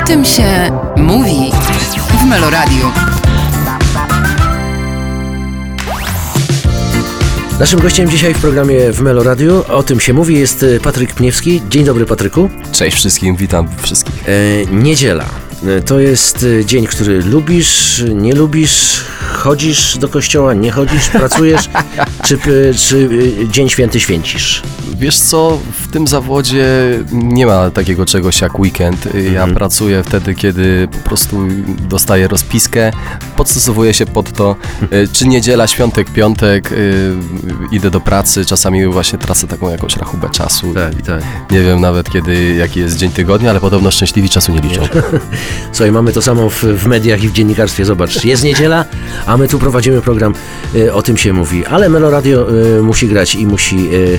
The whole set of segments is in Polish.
O tym się mówi w Meloradiu. Naszym gościem dzisiaj w programie w Meloradiu O tym się mówi jest Patryk Pniewski. Dzień dobry, Patryku. Cześć wszystkim, witam wszystkich. Niedziela. To jest dzień, który lubisz, nie lubisz, chodzisz do kościoła, nie chodzisz, pracujesz, czy dzień święty święcisz? Wiesz co, w tym zawodzie nie ma takiego czegoś jak weekend. Ja pracuję wtedy, kiedy po prostu dostaję rozpiskę, podstosowuję się pod to, czy niedziela, świątek, piątek, idę do pracy, czasami właśnie tracę taką jakąś rachubę czasu. Tak. Nie wiem nawet jaki jest dzień tygodnia, ale podobno szczęśliwi czasu nie liczą. Słuchaj, mamy to samo w mediach i w dziennikarstwie. Zobacz, jest niedziela, a my tu prowadzimy program O tym się mówi. Ale Meloradio musi grać i musi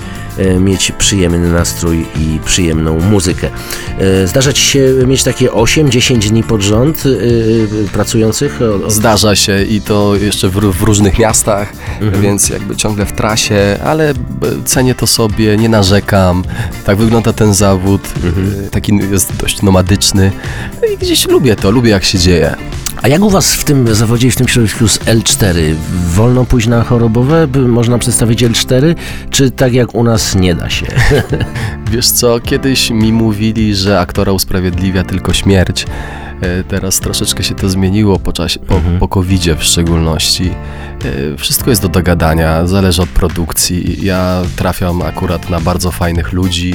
mieć przyjemny nastrój i przyjemną muzykę. Zdarza ci się mieć takie 8-10 dni pod rząd pracujących? Zdarza się i to jeszcze w różnych miastach, więc jakby ciągle w trasie, ale cenię to sobie, nie narzekam. Tak wygląda ten zawód. Taki jest dość nomadyczny i gdzieś lubię jak się dzieje. A jak u was w tym zawodzie i w tym środowisku z L4? Wolno pójść na chorobowe? Można przedstawić L4? Czy tak jak u nas nie da się? Wiesz co, kiedyś mi mówili, że aktora usprawiedliwia tylko śmierć. Teraz troszeczkę się to zmieniło po COVID-zie w szczególności. Wszystko jest do dogadania, zależy od produkcji. Ja trafiam akurat na bardzo fajnych ludzi.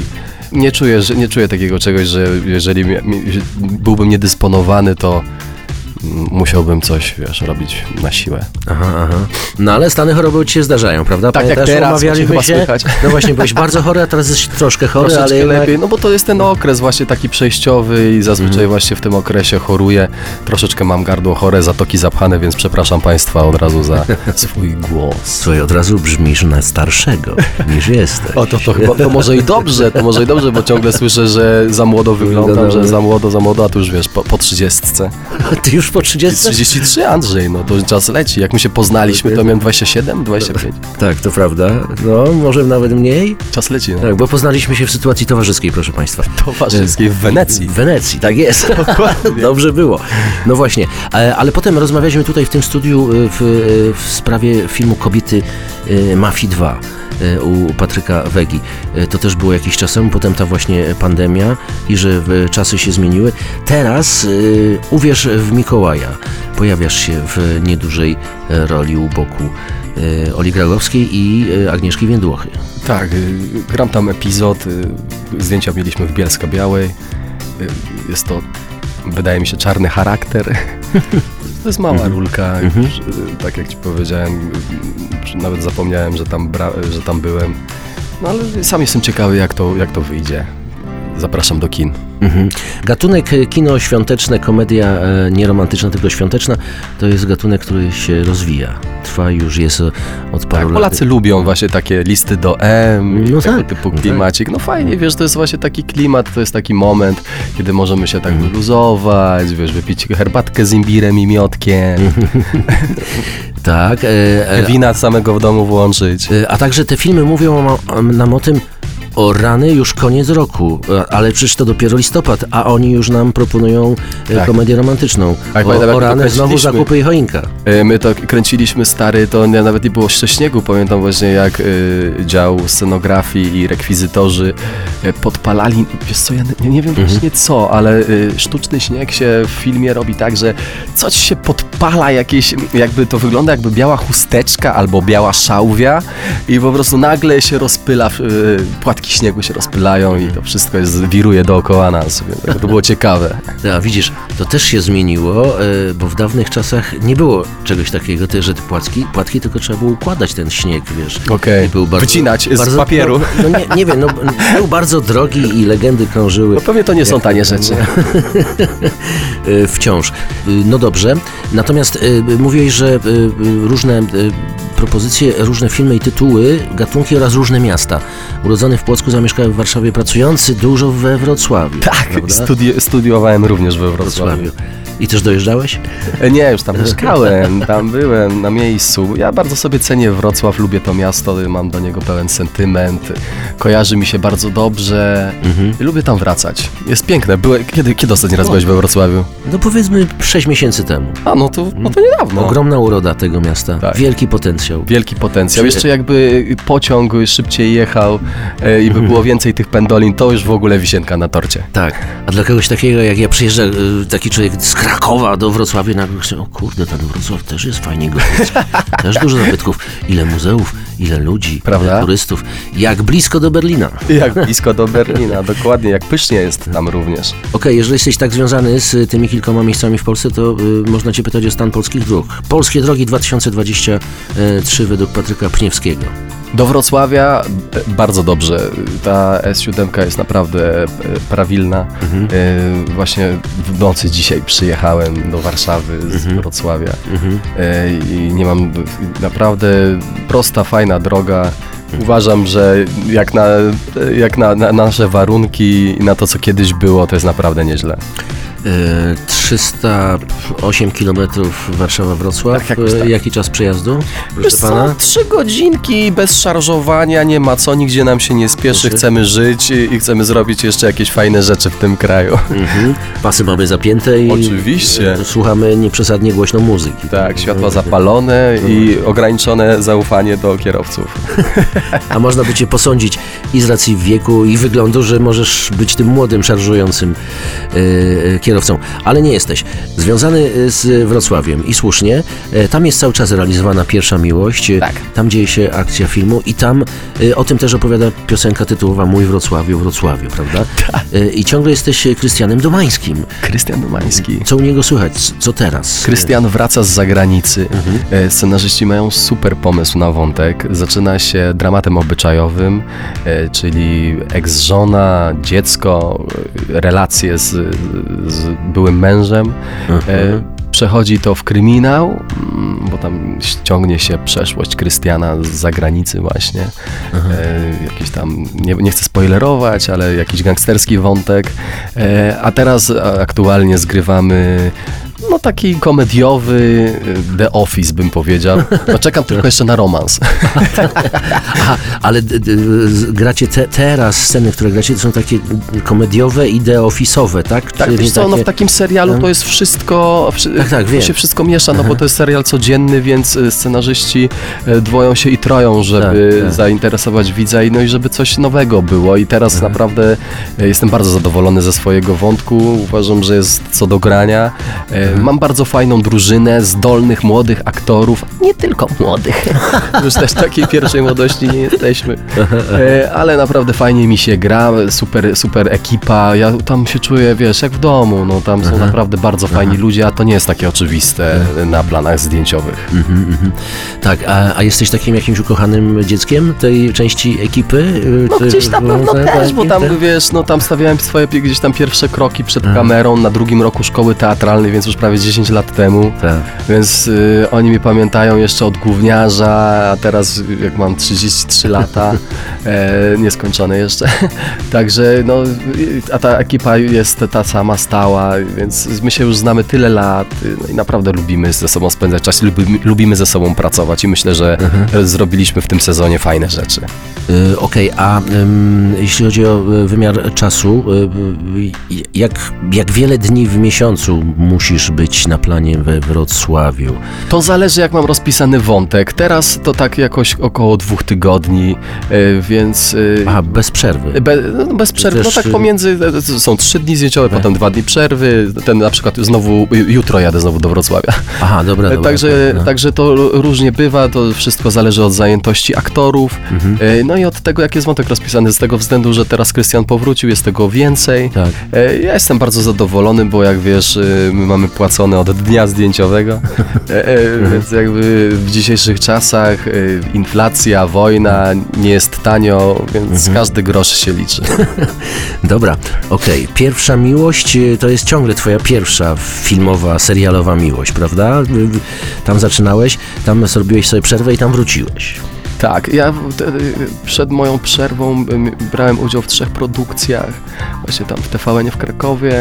Nie czuję takiego czegoś, że jeżeli byłbym niedysponowany, to musiałbym coś, robić na siłę. Aha. No ale stany chorobowe ci się zdarzają, prawda? Tak, pamiętasz, jak teraz, umawialiśmy się. Słychać. No właśnie, byłeś bardzo chory, a teraz jesteś troszkę chory, troszeczkę ale jednak... lepiej, no bo to jest ten okres właśnie taki przejściowy i zazwyczaj właśnie w tym okresie choruję. Troszeczkę mam gardło chore, zatoki zapchane, więc przepraszam Państwa od razu za swój głos. Słuchaj, od razu brzmisz na starszego niż jesteś. O, to chyba, to może i dobrze, bo ciągle słyszę, że za młodo wyglądam, że za młodo, a tu już wiesz, po 30. Ty już po 30? 33, Andrzej, no to czas leci. Jak my się poznaliśmy, to miałem 27, 25. Tak, to prawda. No, może nawet mniej. Czas leci, no. Tak, bo poznaliśmy się w sytuacji towarzyskiej, proszę Państwa. Towarzyskiej w Wenecji. W Wenecji, tak jest. Dobrze było. No właśnie, ale potem rozmawialiśmy tutaj w tym studiu w sprawie filmu Kobiety Mafii 2. U Patryka Wegi. To też było jakiś czas temu, potem ta właśnie pandemia i że czasy się zmieniły. Teraz uwierz w Mikołaja. Pojawiasz się w niedużej roli u boku Oli Gragowskiej i Agnieszki Więdłochy. Tak, gram tam epizod. Zdjęcia mieliśmy w Bielsko-Białej. Jest to, wydaje mi się, czarny charakter. To jest mała rulka, tak jak ci powiedziałem, nawet zapomniałem, że tam byłem. No ale sam jestem ciekawy, jak to wyjdzie. Zapraszam do kin. Gatunek kino świąteczne, komedia nie romantyczna, tylko świąteczna, to jest gatunek, który się rozwija. Trwa już jest od paru lat. Polacy lubią właśnie takie listy do M, no tego typu klimacik. No fajnie, wiesz, to jest właśnie taki klimat, to jest taki moment, kiedy możemy się tak wyluzować, wiesz, wypić herbatkę z imbirem i miodkiem. Tak. Wina samego w domu włączyć. A także te filmy mówią nam o tym, o rany, już koniec roku, ale przecież to dopiero listopad, a oni już nam proponują komedię romantyczną. O rany znowu zakupy i choinka. My to kręciliśmy, stary, to nawet nie było jeszcze śniegu. Pamiętam właśnie, jak dział scenografii i rekwizytorzy podpalali, wiesz co, ja nie wiem właśnie co, ale sztuczny śnieg się w filmie robi tak, że coś się podpala, jakby to wygląda jakby biała chusteczka albo biała szałwia i po prostu nagle się rozpyla, płatki śniegu się rozpylają i to wszystko wiruje dookoła nas. To było ciekawe. A widzisz, to też się zmieniło, bo w dawnych czasach nie było czegoś takiego, że te płatki tylko trzeba było układać ten śnieg, wiesz. Okej, wycinać z papieru. Nie wiem, był bardzo drogi i legendy krążyły. No pewnie to nie są tanie rzeczy. Wciąż. No dobrze, natomiast mówiłeś, że różne propozycje, różne filmy i tytuły, gatunki oraz różne miasta. Urodzony w Płocku, zamieszkałem w Warszawie, pracujący dużo we Wrocławiu. Tak, studiowałem również we Wrocławiu. I też dojeżdżałeś? Nie, już tam mieszkałem, tam byłem na miejscu. Ja bardzo sobie cenię Wrocław, lubię to miasto, mam do niego pełen sentyment, kojarzy mi się bardzo dobrze i lubię tam wracać. Jest piękne. Kiedy ostatni raz byłeś we Wrocławiu? No powiedzmy 6 miesięcy temu. A, no to niedawno. Ogromna uroda tego miasta. Tak. Wielki potencjał. Wielki potencjał. Jeszcze jakby pociąg szybciej jechał i by było więcej tych pendolin, to już w ogóle wisienka na torcie. Tak. A dla kogoś takiego, jak ja przyjeżdża taki człowiek z Krakowa do Wrocławia, nagle myślę, o kurde, ten Wrocław też jest fajnie gościński. Też dużo zabytków. Ile muzeów, ile ludzi, prawda? Ile turystów. Jak blisko do Berlina. Jak blisko do Berlina, dokładnie. Jak pysznie jest tam również. Okej, jeżeli jesteś tak związany z tymi kilkoma miejscami w Polsce, to można cię pytać o stan polskich dróg. Polskie drogi 2023 według Patryka Pniewskiego. Do Wrocławia bardzo dobrze. Ta S7 jest naprawdę prawilna. Właśnie w nocy dzisiaj przyjechałem do Warszawy z Wrocławia i nie mam naprawdę prosta, fajna droga. Uważam, że jak na nasze warunki i na to, co kiedyś było, to jest naprawdę nieźle. 308 km Warszawa-Wrocław. Tak, Jaki czas przejazdu? Proszę pana? 3 godzinki bez szarżowania, nie ma co, nigdzie nam się nie spieszy, chcemy żyć i chcemy zrobić jeszcze jakieś fajne rzeczy w tym kraju. Pasy mamy zapięte i oczywiście słuchamy nieprzesadnie głośno muzyki. Tak, światła zapalone i ograniczone zaufanie do kierowców. A można by cię posądzić i z racji wieku i wyglądu, że możesz być tym młodym, szarżującym kierowcą. Ale nie jesteś. Związany z Wrocławiem i słusznie, tam jest cały czas realizowana Pierwsza Miłość, tak. Tam dzieje się akcja filmu i tam o tym też opowiada piosenka tytułowa Mój Wrocławiu, Wrocławiu, prawda? Tak. I ciągle jesteś Krystianem Domańskim. Krystian Domański. Co u niego słychać? Co teraz? Krystian wraca z zagranicy. Scenarzyści mają super pomysł na wątek. Zaczyna się dramatem obyczajowym, czyli ex-żona, dziecko, relacje z byłym mężem. Przechodzi to w kryminał, bo tam ściągnie się przeszłość Krystiana z zagranicy właśnie. Jakiś tam, nie chcę spoilerować, ale jakiś gangsterski wątek. A teraz aktualnie zgrywamy taki komediowy The Office, bym powiedział. Czekam tylko jeszcze na romans. Aha, ale gracie teraz, sceny, które gracie, to są takie komediowe i The Office'owe, tak? Tak, wiesz co, w takim serialu to jest wszystko, wiem. To się wszystko miesza, bo to jest serial codzienny, więc scenarzyści dwoją się i troją, żeby zainteresować widza i żeby coś nowego było. I teraz naprawdę jestem bardzo zadowolony ze swojego wątku. Uważam, że jest co do grania. Mam bardzo fajną drużynę zdolnych, młodych aktorów. Nie tylko młodych. Już też takiej pierwszej młodości nie jesteśmy. Ale naprawdę fajnie mi się gra. Super ekipa. Ja tam się czuję, wiesz, jak w domu. Tam są naprawdę bardzo fajni ludzie, a to nie jest takie oczywiste na planach zdjęciowych. Tak, a jesteś takim jakimś ukochanym dzieckiem tej części ekipy? Gdzieś na pewno też, bo tam, wiesz, tam stawiałem swoje gdzieś tam pierwsze kroki przed kamerą na 2. roku szkoły teatralnej, więc już prawie 10 lat temu, więc oni mnie pamiętają jeszcze od gówniarza, a teraz jak mam 33 lata, nieskończone jeszcze, także a ta ekipa jest ta sama, stała, więc my się już znamy tyle lat i naprawdę lubimy ze sobą spędzać czas, lubimy ze sobą pracować i myślę, że zrobiliśmy w tym sezonie fajne rzeczy. Okej, a jeśli chodzi o wymiar czasu, jak wiele dni w miesiącu musisz być na planie we Wrocławiu? To zależy, jak mam rozpisany wątek. Teraz to tak jakoś około 2 tygodni, więc... Aha, bez przerwy? Bez przerwy, też... tak pomiędzy, są 3 dni zdjęciowe, potem 2 dni przerwy, na przykład jutro jadę znowu do Wrocławia. Aha, dobra. Także to różnie bywa, to wszystko zależy od zajętości aktorów, i od tego, jak jest wątek rozpisany, z tego względu, że teraz Krystian powrócił, jest tego więcej. Tak. Ja jestem bardzo zadowolony, bo jak wiesz, my mamy płacone od dnia zdjęciowego, więc jakby w dzisiejszych czasach inflacja, wojna, nie jest tanio, więc każdy grosz się liczy. Dobra, okej. Pierwsza miłość to jest ciągle twoja pierwsza filmowa, serialowa miłość, prawda? Tam zaczynałeś, tam zrobiłeś sobie przerwę i tam wróciłeś. Tak, ja przed moją przerwą brałem udział w 3 produkcjach, właśnie tam w TVN-ie w Krakowie,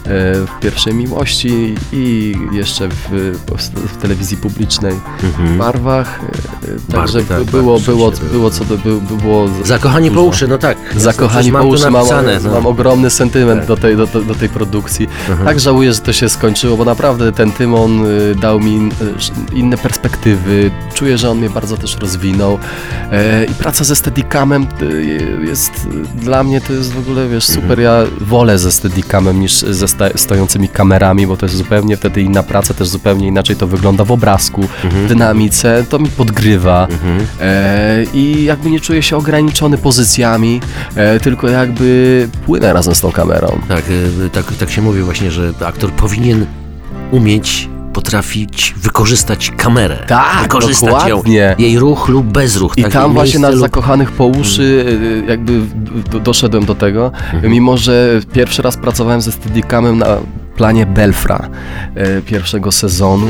w Pierwszej Miłości i jeszcze w telewizji publicznej w Barwach. Także było Zakochani po uszy, no tak. Zakochani po uszy, mam ogromny sentyment do tej produkcji. Tak żałuję, że to się skończyło, bo naprawdę ten Tymon dał mi inne perspektywy. Czuję, że on mnie bardzo też rozwinął. I praca ze Steadicamem jest dla mnie, to jest w ogóle, wiesz, super. Ja wolę ze Steadicamem niż ze stojącymi kamerami, bo to jest zupełnie wtedy inna praca, też zupełnie inaczej to wygląda w obrazku, w dynamice. To mi podgrywa i jakby nie czuję się ograniczony pozycjami, tylko jakby płynę razem z tą kamerą. Tak się mówi właśnie, że aktor powinien potrafić wykorzystać kamerę. Tak, wykorzystać dokładnie. Jej ruch lub bezruch. I tam właśnie na Zakochanych po uszy jakby doszedłem do tego, mimo że pierwszy raz pracowałem ze Steadicamem na planie Belfra pierwszego sezonu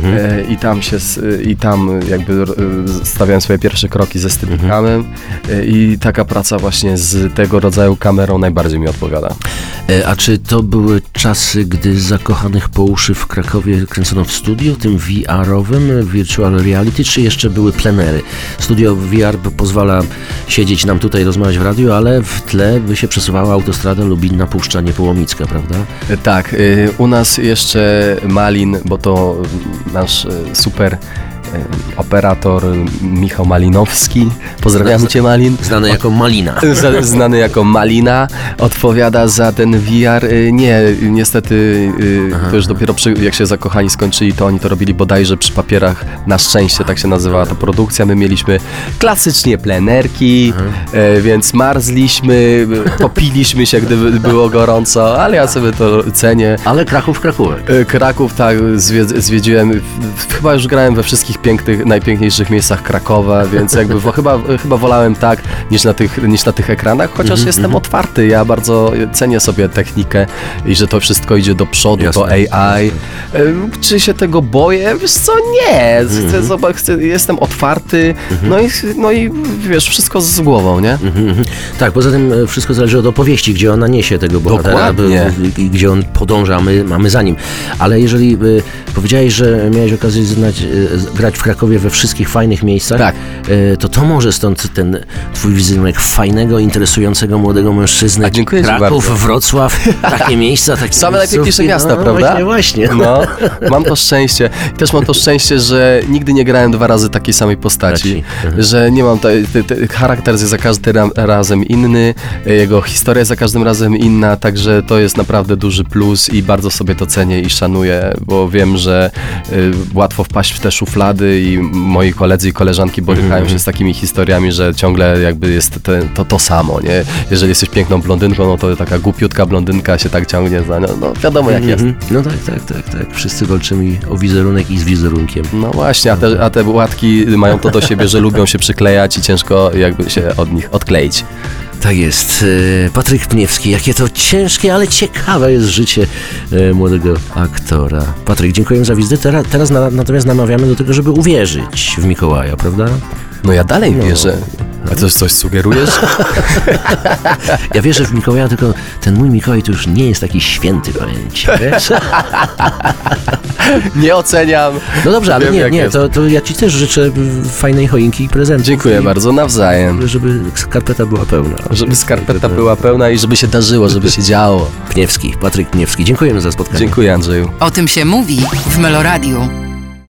i tam jakby stawiałem swoje pierwsze kroki ze Steadicamem i taka praca właśnie z tego rodzaju kamerą najbardziej mi odpowiada. A czy to były czasy, gdy Zakochanych po uszy w Krakowie kręcono w studio, tym VR-owym, virtual reality, czy jeszcze były plenery? Studio VR pozwala siedzieć nam tutaj, rozmawiać w radiu, ale w tle by się przesuwała autostrada Lubin-Puszcza Niepołomicka, prawda? Tak. U nas jeszcze Malin, bo to nasz super operator Michał Malinowski. Pozdrawiamy Cię, Malin. Znany jako Malina. Znany jako Malina. Odpowiada za ten VR. Nie, niestety to już dopiero jak się Zakochani skończyli, to oni to robili bodajże przy papierach. Na szczęście tak się nazywała ta produkcja. My mieliśmy klasycznie plenerki, więc marzliśmy, topiliśmy się, gdy było gorąco, ale ja sobie to cenię. Ale Kraków. Kraków, tak, zwiedziłem. Chyba już grałem we wszystkich najpiękniejszych miejscach Krakowa, więc jakby chyba wolałem tak niż na tych ekranach, chociaż jestem otwarty. Ja bardzo cenię sobie technikę i że to wszystko idzie do przodu, do AI. Czy się tego boję? Wiesz co, nie. Jestem otwarty, no i wiesz, wszystko z głową, nie? Tak, poza tym wszystko zależy od opowieści, gdzie ona niesie tego bohatera i gdzie on podąża, mamy za nim. Ale jeżeli powiedziałeś, że miałeś okazję grać w Krakowie we wszystkich fajnych miejscach, tak. To może stąd ten twój wizerunek fajnego, interesującego młodego mężczyzny. A dziękuję Kraków, Wrocław, takie miejsca, takie same najpiękniejsze miasta, prawda? Właśnie. No, mam to szczęście. Też mam to szczęście, że nigdy nie grałem 2 razy takiej samej postaci. Że nie mam charakter jest za każdym razem inny, jego historia jest za każdym razem inna, także to jest naprawdę duży plus i bardzo sobie to cenię i szanuję, bo wiem, że łatwo wpaść w te szuflady i moi koledzy i koleżanki borykają się z takimi historiami, że ciągle jakby jest to samo, nie? Jeżeli jesteś piękną blondynką, no to taka głupiutka blondynka się tak ciągnie za, no wiadomo jak jest. No tak. Wszyscy walczymy o wizerunek i z wizerunkiem. No właśnie, a te łatki mają to do siebie, że lubią się przyklejać i ciężko jakby się od nich odkleić. Tak jest. Patryk Pniewski. Jakie to ciężkie, ale ciekawe jest życie młodego aktora. Patryk, dziękuję za wizytę. Teraz natomiast namawiamy do tego, żeby uwierzyć w Mikołaja, prawda? No ja dalej wierzę. A coś sugerujesz? Ja wierzę w Mikołaja, tylko ten mój Mikołaj to już nie jest taki święty, powiem ci, wiesz? Nie oceniam. No dobrze, ale nie, to ja ci też życzę fajnej choinki i prezentów. Dziękuję bardzo, nawzajem. Żeby skarpeta była pełna. Żeby skarpeta była pełna i żeby się darzyło, żeby się działo. Patryk Pniewski. Dziękujemy za spotkanie. Dziękuję, Andrzeju. O tym się mówi w Meloradiu.